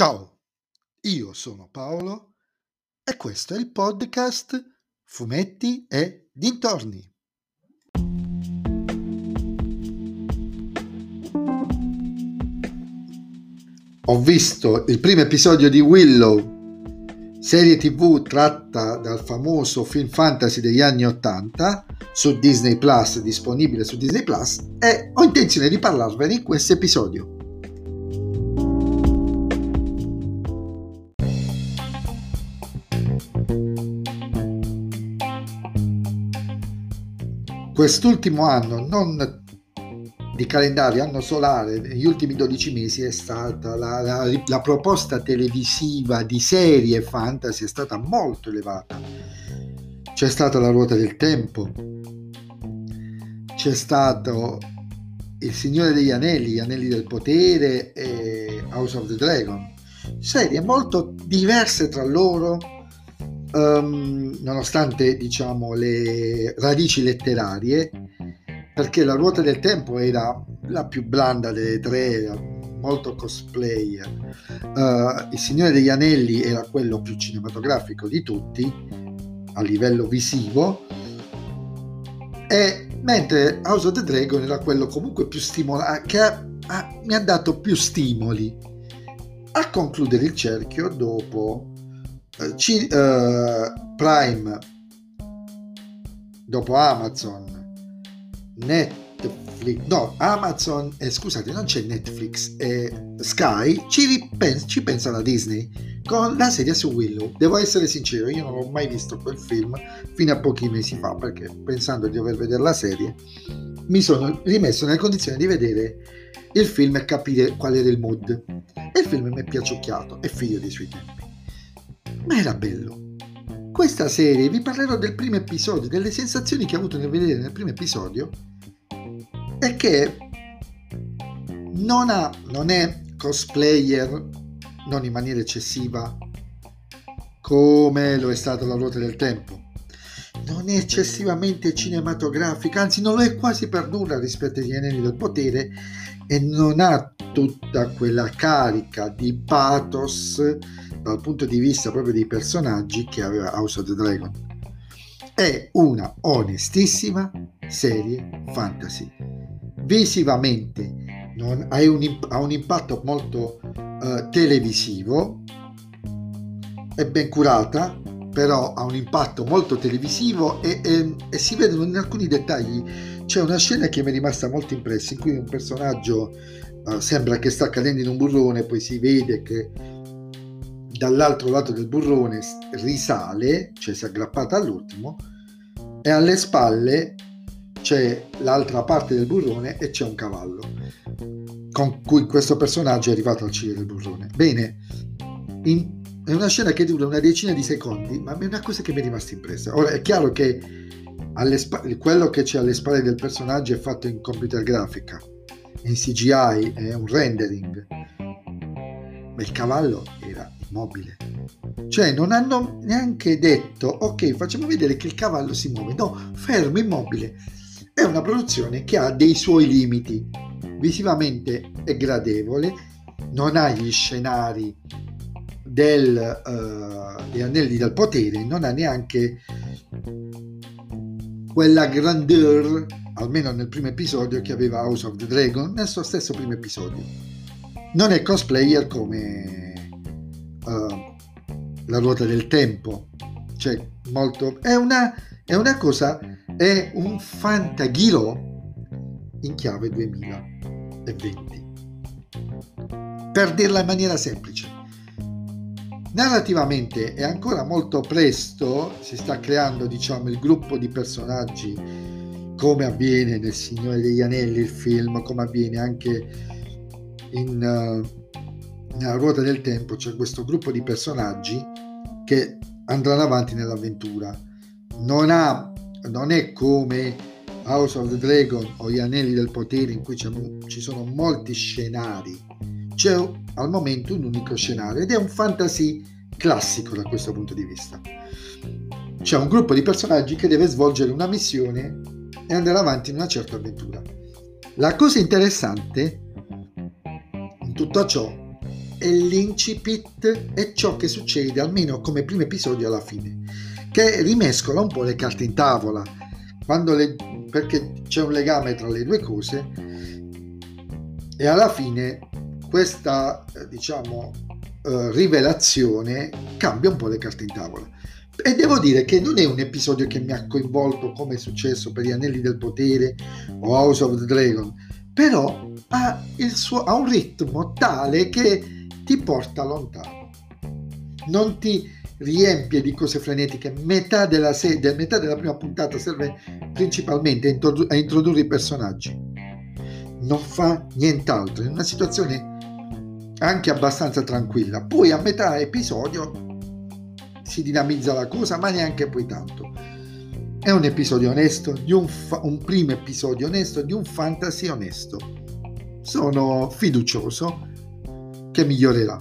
Ciao, io sono Paolo e questo è il podcast Fumetti e Dintorni. Ho visto il primo episodio di Willow, serie TV tratta dal famoso film fantasy degli anni '80 su Disney Plus, disponibile su Disney Plus, e ho intenzione di parlarvene in questo episodio. Quest'ultimo anno, non di calendario, anno solare, negli ultimi 12 mesi è stata la proposta televisiva di serie fantasy è stata molto elevata. C'è stata La Ruota del Tempo, c'è stato Il Signore degli Anelli, Gli Anelli del Potere e House of the Dragon, serie molto diverse tra loro, nonostante diciamo le radici letterarie, perché La Ruota del Tempo era la più blanda delle tre, era molto cosplayer. Il Signore degli Anelli era quello più cinematografico di tutti a livello visivo, e mentre House of the Dragon era quello comunque più stimolante, che mi ha dato più stimoli. A concludere il cerchio, dopo Prime, dopo Amazon, Netflix, no, Amazon, scusate, non c'è Netflix, Sky, ci pensa la Disney con la serie su Willow. Devo essere sincero, io non ho mai visto quel film fino a pochi mesi fa, perché pensando di dover vedere la serie mi sono rimesso nelle condizioni di vedere il film e capire qual era il mood, e il film mi è piaciucchiato, è figlio dei suoi tempi, ma era bello. Questa serie, vi parlerò del primo episodio, delle sensazioni che ho avuto nel vedere nel primo episodio, è che non è cosplayer, non in maniera eccessiva come lo è stata La Ruota del Tempo, non è eccessivamente cinematografica, anzi non lo è quasi per nulla rispetto agli Anelli del Potere, e non ha tutta quella carica di pathos dal punto di vista proprio dei personaggi che aveva House of the Dragon. È una onestissima serie fantasy. Visivamente ha un impatto molto televisivo, è ben curata, però ha un impatto molto televisivo e si vedono in alcuni dettagli. C'è una scena che mi è rimasta molto impressa, in cui un personaggio sembra che sta cadendo in un burrone, poi si vede che dall'altro lato del burrone risale, cioè si è aggrappata all'ultimo, e alle spalle c'è l'altra parte del burrone e c'è un cavallo con cui questo personaggio è arrivato al ciglio del burrone. Bene, è una scena che dura una decina di secondi, ma è una cosa che mi è rimasta impressa. Ora è chiaro che quello che c'è alle spalle del personaggio è fatto in computer grafica, in CGI, è un rendering, ma il cavallo era immobile. Cioè non hanno neanche detto ok, facciamo vedere che il cavallo si muove, no, fermo, immobile. È una produzione che ha dei suoi limiti. Visivamente è gradevole, non ha gli scenari degli Anelli del Potere, non ha neanche quella grandeur, almeno nel primo episodio, che aveva House of the Dragon nel suo stesso primo episodio. Non è cosplayer come La Ruota del Tempo, cioè molto, è una cosa, è un fantaghiro in chiave 2020, per dirla in maniera semplice. Narrativamente è ancora molto presto, si sta creando diciamo il gruppo di personaggi, come avviene nel Signore degli Anelli, il film, come avviene anche nella Ruota del Tempo. C'è questo gruppo di personaggi che andranno avanti nell'avventura. Non è come House of the Dragon o Gli Anelli del Potere, in cui ci sono molti scenari. C'è al momento un unico scenario ed è un fantasy classico da questo punto di vista. C'è un gruppo di personaggi che deve svolgere una missione e andare avanti in una certa avventura. La cosa interessante in tutto ciò è l'incipit, è ciò che succede almeno come primo episodio alla fine, che rimescola un po' le carte in tavola, perché c'è un legame tra le due cose e alla fine questa rivelazione cambia un po' le carte in tavola. E devo dire che non è un episodio che mi ha coinvolto come è successo per Gli Anelli del Potere o House of the Dragon, però ha un ritmo tale che ti porta lontano, non ti riempie di cose frenetiche. Metà della prima puntata serve principalmente a introdurre i personaggi, non fa nient'altro, in una situazione anche abbastanza tranquilla. Poi a metà episodio si dinamizza la cosa, ma neanche poi tanto. È un episodio onesto, un primo episodio onesto di un fantasy onesto. Sono fiducioso che migliorerà.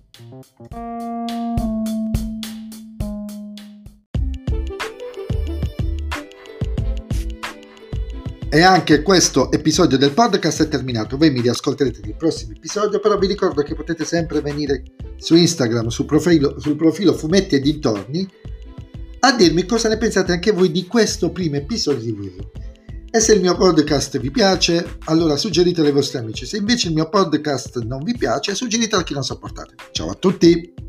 E anche questo episodio del podcast è terminato. Voi mi riascolterete nel prossimo episodio, però vi ricordo che potete sempre venire su Instagram, sul profilo Fumetti e Dintorni, a dirmi cosa ne pensate anche voi di questo primo episodio di Willow. E se il mio podcast vi piace, allora suggeritelo ai vostri amici. Se invece il mio podcast non vi piace, suggeritelo a chi non sopportate. Ciao a tutti!